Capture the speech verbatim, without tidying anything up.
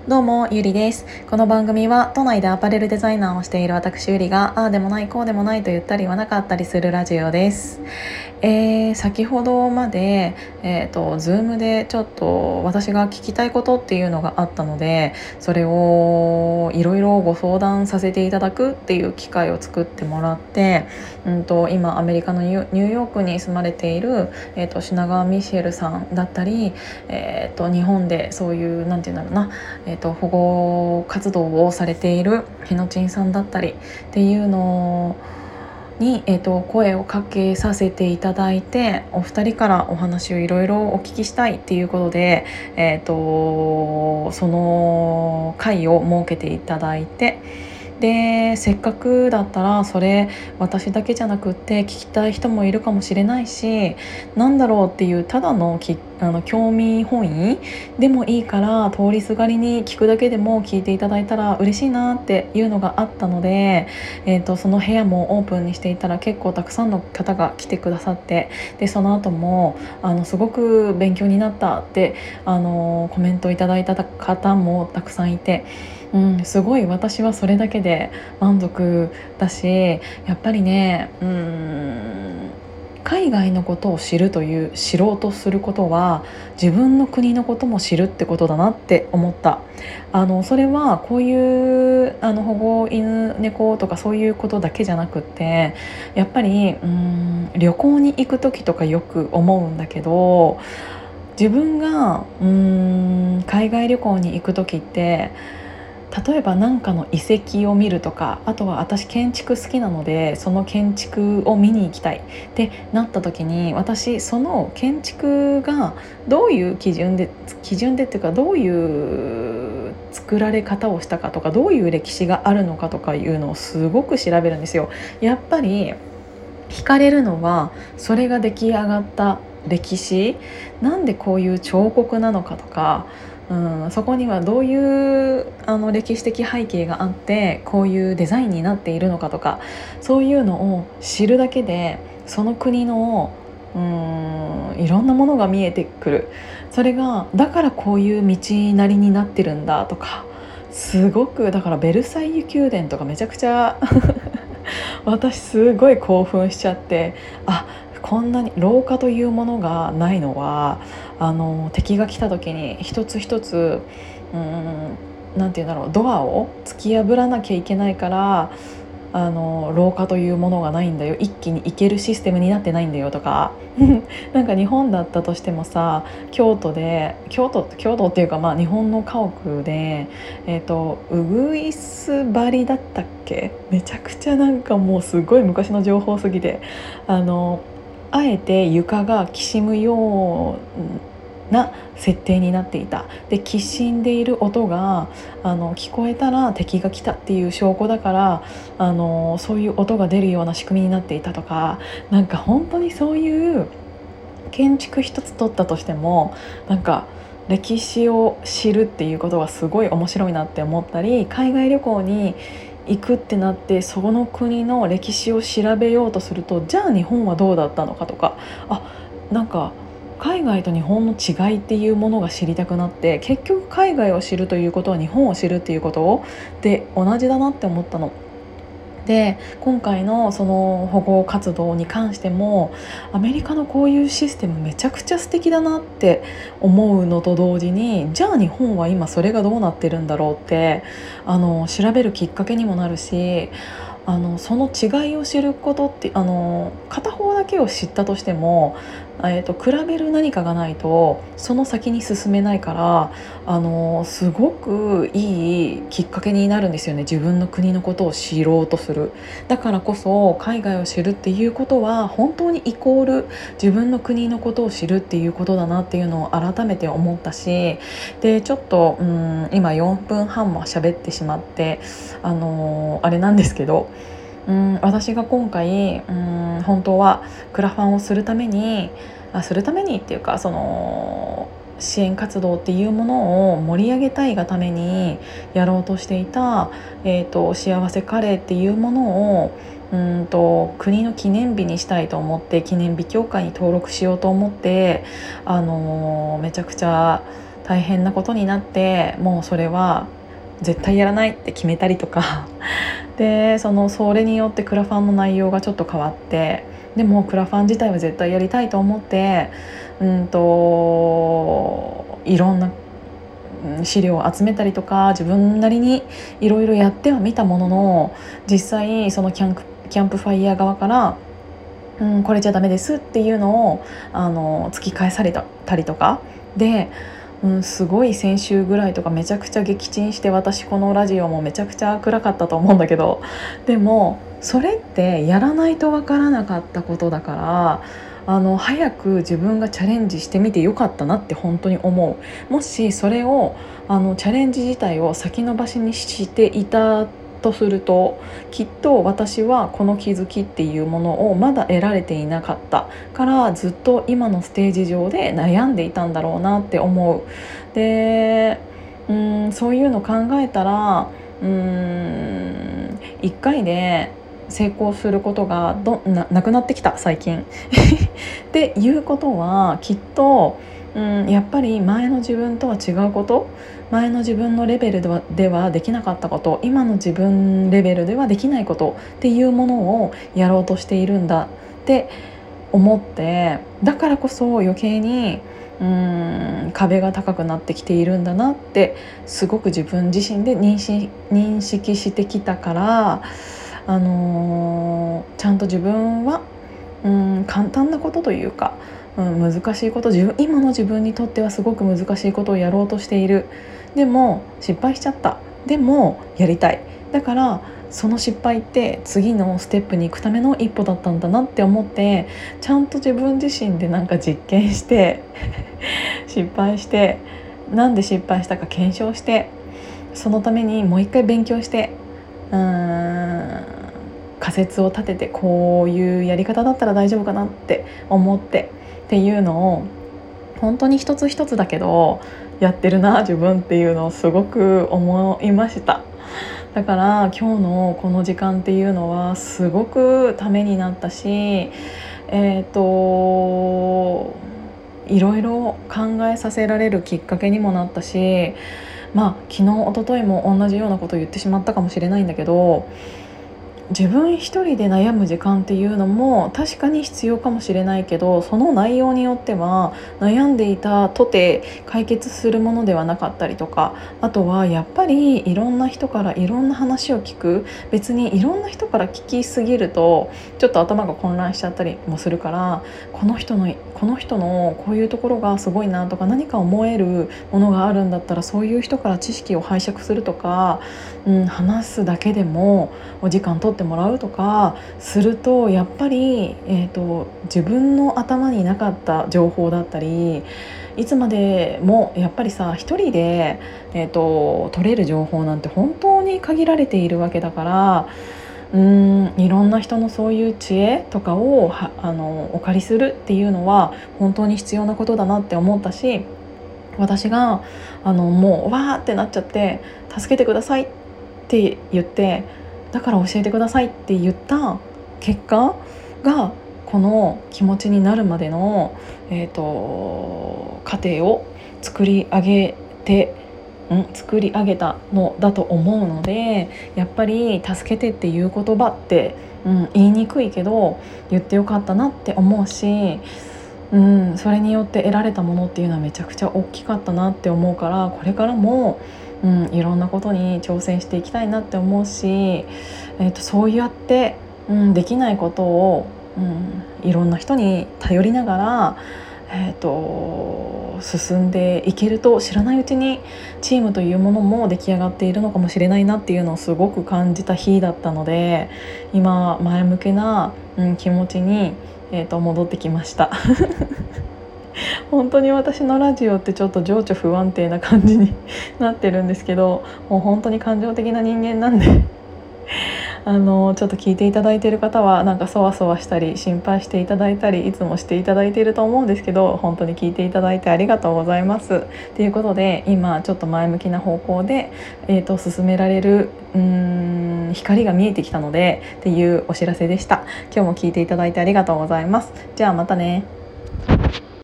どうもゆりです。この番組は都内でアパレルデザイナーをしている私ゆりがああでもないこうでもないと言ったり言わなかったりするラジオです。えー、先ほどまで、えーと、ズームでちょっと私が聞きたいことっていうのがあったので、それをいろいろご相談させていただくっていう機会を作ってもらって、うんと、今アメリカのニューヨークに住まれている、えーと、品川ミシェルさんだったり、えーと、日本でそういうなんていうんだろうな、えーと、保護活動をされているひのちんさんだったりっていうのに、えーと、声をかけさせていただいて、お二人からお話をいろいろお聞きしたいっていうことで、えーと、その会を設けていただいて、でせっかくだったらそれ私だけじゃなくって聞きたい人もいるかもしれないし、なんだろうっていうただのきあの興味本位でもいいから通りすがりに聞くだけでも聞いていただいたら嬉しいなっていうのがあったので、えーと、その部屋もオープンにしていたら結構たくさんの方が来てくださって、でその後もあのすごく勉強になったってあのコメントいただいた方もたくさんいて、うん、すごい私はそれだけで満足だし、やっぱりね、うん、海外のことを知るという知ろうとすることは自分の国のことも知るってことだなって思った。あのそれはこういうあの保護犬猫とかそういうことだけじゃなくって、やっぱりうん旅行に行く時とかよく思うんだけど、自分がうん海外旅行に行く時って、例えば何かの遺跡を見るとか、あとは私建築好きなのでその建築を見に行きたいってなった時に、私その建築がどういう基準で基準でっていうか、どういう作られ方をしたかとか、どういう歴史があるのかとかいうのをすごく調べるんですよ。やっぱり惹かれるのはそれが出来上がった歴史、なんでこういう彫刻なのかとか、うん、そこにはどういうあの歴史的背景があってこういうデザインになっているのかとか、そういうのを知るだけでその国のうんいろんなものが見えてくる。それがだからこういう道なりになってるんだとか、すごくだからベルサイユ宮殿とかめちゃくちゃ私すごい興奮しちゃって、あ、こんなに廊下というものがないのは、あの敵が来た時に一つ一つ、うーんなんて言うんだろう、ドアを突き破らなきゃいけないから、あの廊下というものがないんだよ、一気に行けるシステムになってないんだよとかなんか日本だったとしてもさ、京都で京都京都っていうか、まあ日本の家屋で、えーと、ウグイス張りだったっけ、めちゃくちゃなんかもうすごい昔の情報すぎて、あのあえて床がきしむような設定になっていた。できしんでいる音があの聞こえたら敵が来たっていう証拠だから、あのそういう音が出るような仕組みになっていたとか、なんか本当にそういう建築一つ取ったとしても、なんか歴史を知るっていうことがすごい面白いなって思ったり、海外旅行に行くってなってその国の歴史を調べようとすると、じゃあ日本はどうだったのかとか、あ、なんか海外と日本の違いっていうものが知りたくなって、結局海外を知るということは日本を知るっていうことで同じだなって思ったの。で今回のその保護活動に関しても、アメリカのこういうシステムめちゃくちゃ素敵だなって思うのと同時に、じゃあ日本は今それがどうなってるんだろうってあの調べるきっかけにもなるし、あのその違いを知ることって、あの片方だけを知ったとしても、えーと、比べる何かがないとその先に進めないから、あのすごくいいきっかけになるんですよね、自分の国のことを知ろうとする。だからこそ海外を知るっていうことは本当にイコール自分の国のことを知るっていうことだなっていうのを改めて思ったし、でちょっとうん今よんぷんはんも喋ってしまって、あのあれなんですけど、うん私が今回うん本当はクラファンをするためにあするためにっていうか、その支援活動っていうものを盛り上げたいがためにやろうとしていた、えーと、幸せカレーっていうものをうんと国の記念日にしたいと思って、記念日協会に登録しようと思って、あのーめちゃくちゃ大変なことになって、もうそれは絶対やらないって決めたりとかでそのそれによってクラファンの内容がちょっと変わって、でもクラファン自体は絶対やりたいと思って、うんといろんな資料を集めたりとか自分なりにいろいろやってはみたものの、実際そのキャンプ、キャンプファイヤー側から、うん、これじゃダメですっていうのをあの突き返されたりとかで、うん、すごい先週ぐらいとかめちゃくちゃ撃沈して、私このラジオもめちゃくちゃ暗かったと思うんだけど、でもそれってやらないとわからなかったことだから、あの早く自分がチャレンジしてみてよかったなって本当に思う。もしそれをあのチャレンジ自体を先延ばしにしていたとすると、きっと私はこの気づきっていうものをまだ得られていなかったから、ずっと今のステージ上で悩んでいたんだろうなって思う。で、うん、そういうの考えたら、うーんいっかいで成功することがど な, なくなってきた最近っていうことは、きっと、うん、やっぱり前の自分とは違うこと、前の自分のレベルでは、ではできなかったこと、今の自分レベルではできないことっていうものをやろうとしているんだって思って、だからこそ余計にうーん壁が高くなってきているんだなってすごく自分自身で認識、認識してきたから、あのーちゃんと自分はうん簡単なことというか、うん、難しいこと、自分今の自分にとってはすごく難しいことをやろうとしている。でも失敗しちゃった。でもやりたい。だからその失敗って次のステップに行くための一歩だったんだなって思って、ちゃんと自分自身でなんか実験して失敗して、なんで失敗したか検証して、そのためにもう一回勉強して、うーん仮説を立てて、こういうやり方だったら大丈夫かなって思ってっていうのを本当に一つ一つだけどやってるな自分っていうのをすごく思いました。だから今日のこの時間っていうのはすごくためになったし、えっといろいろ考えさせられるきっかけにもなったし、まあ昨日一昨日も同じようなことを言ってしまったかもしれないんだけど、自分一人で悩む時間っていうのも確かに必要かもしれないけど、その内容によっては悩んでいたとて解決するものではなかったりとか、あとはやっぱりいろんな人からいろんな話を聞く、別にいろんな人から聞きすぎるとちょっと頭が混乱しちゃったりもするから、この人のこの人のこういうところがすごいなとか、何か思えるものがあるんだったらそういう人から知識を拝借するとか、うん、話すだけでもお時間取ってもらうとかすると、やっぱり、えーと、自分の頭になかった情報だったり、いつまでもやっぱりさ一人で、えーと、取れる情報なんて本当に限られているわけだから、うーんいろんな人のそういう知恵とかをはあのお借りするっていうのは本当に必要なことだなって思ったし、私があのもうわーってなっちゃって助けてくださいって言って、だから教えてくださいって言った結果がこの気持ちになるまでの、えーと、過程を作り上げてん作り上げたのだと思うので、やっぱり助けてっていう言葉って、うん、言いにくいけど言ってよかったなって思うし、うん、それによって得られたものっていうのはめちゃくちゃ大きかったなって思うから、これからも、うん、いろんなことに挑戦していきたいなって思うし、えーと、そうやって、うん、できないことを、うん、いろんな人に頼りながら、えーと、進んでいけると、知らないうちにチームというものも出来上がっているのかもしれないなっていうのをすごく感じた日だったので、今前向きな、うん、気持ちに、えーと、戻ってきました本当に私のラジオってちょっと情緒不安定な感じになってるんですけど、もう本当に感情的な人間なんであのちょっと聞いていただいている方はなんかそわそわしたり心配していただいたりいつもしていただいていると思うんですけど、本当に聞いていただいてありがとうございますということで、今ちょっと前向きな方向で、えーと、進められるうーん光が見えてきたのでっていうお知らせでした。今日も聞いていただいてありがとうございます。じゃあまたね。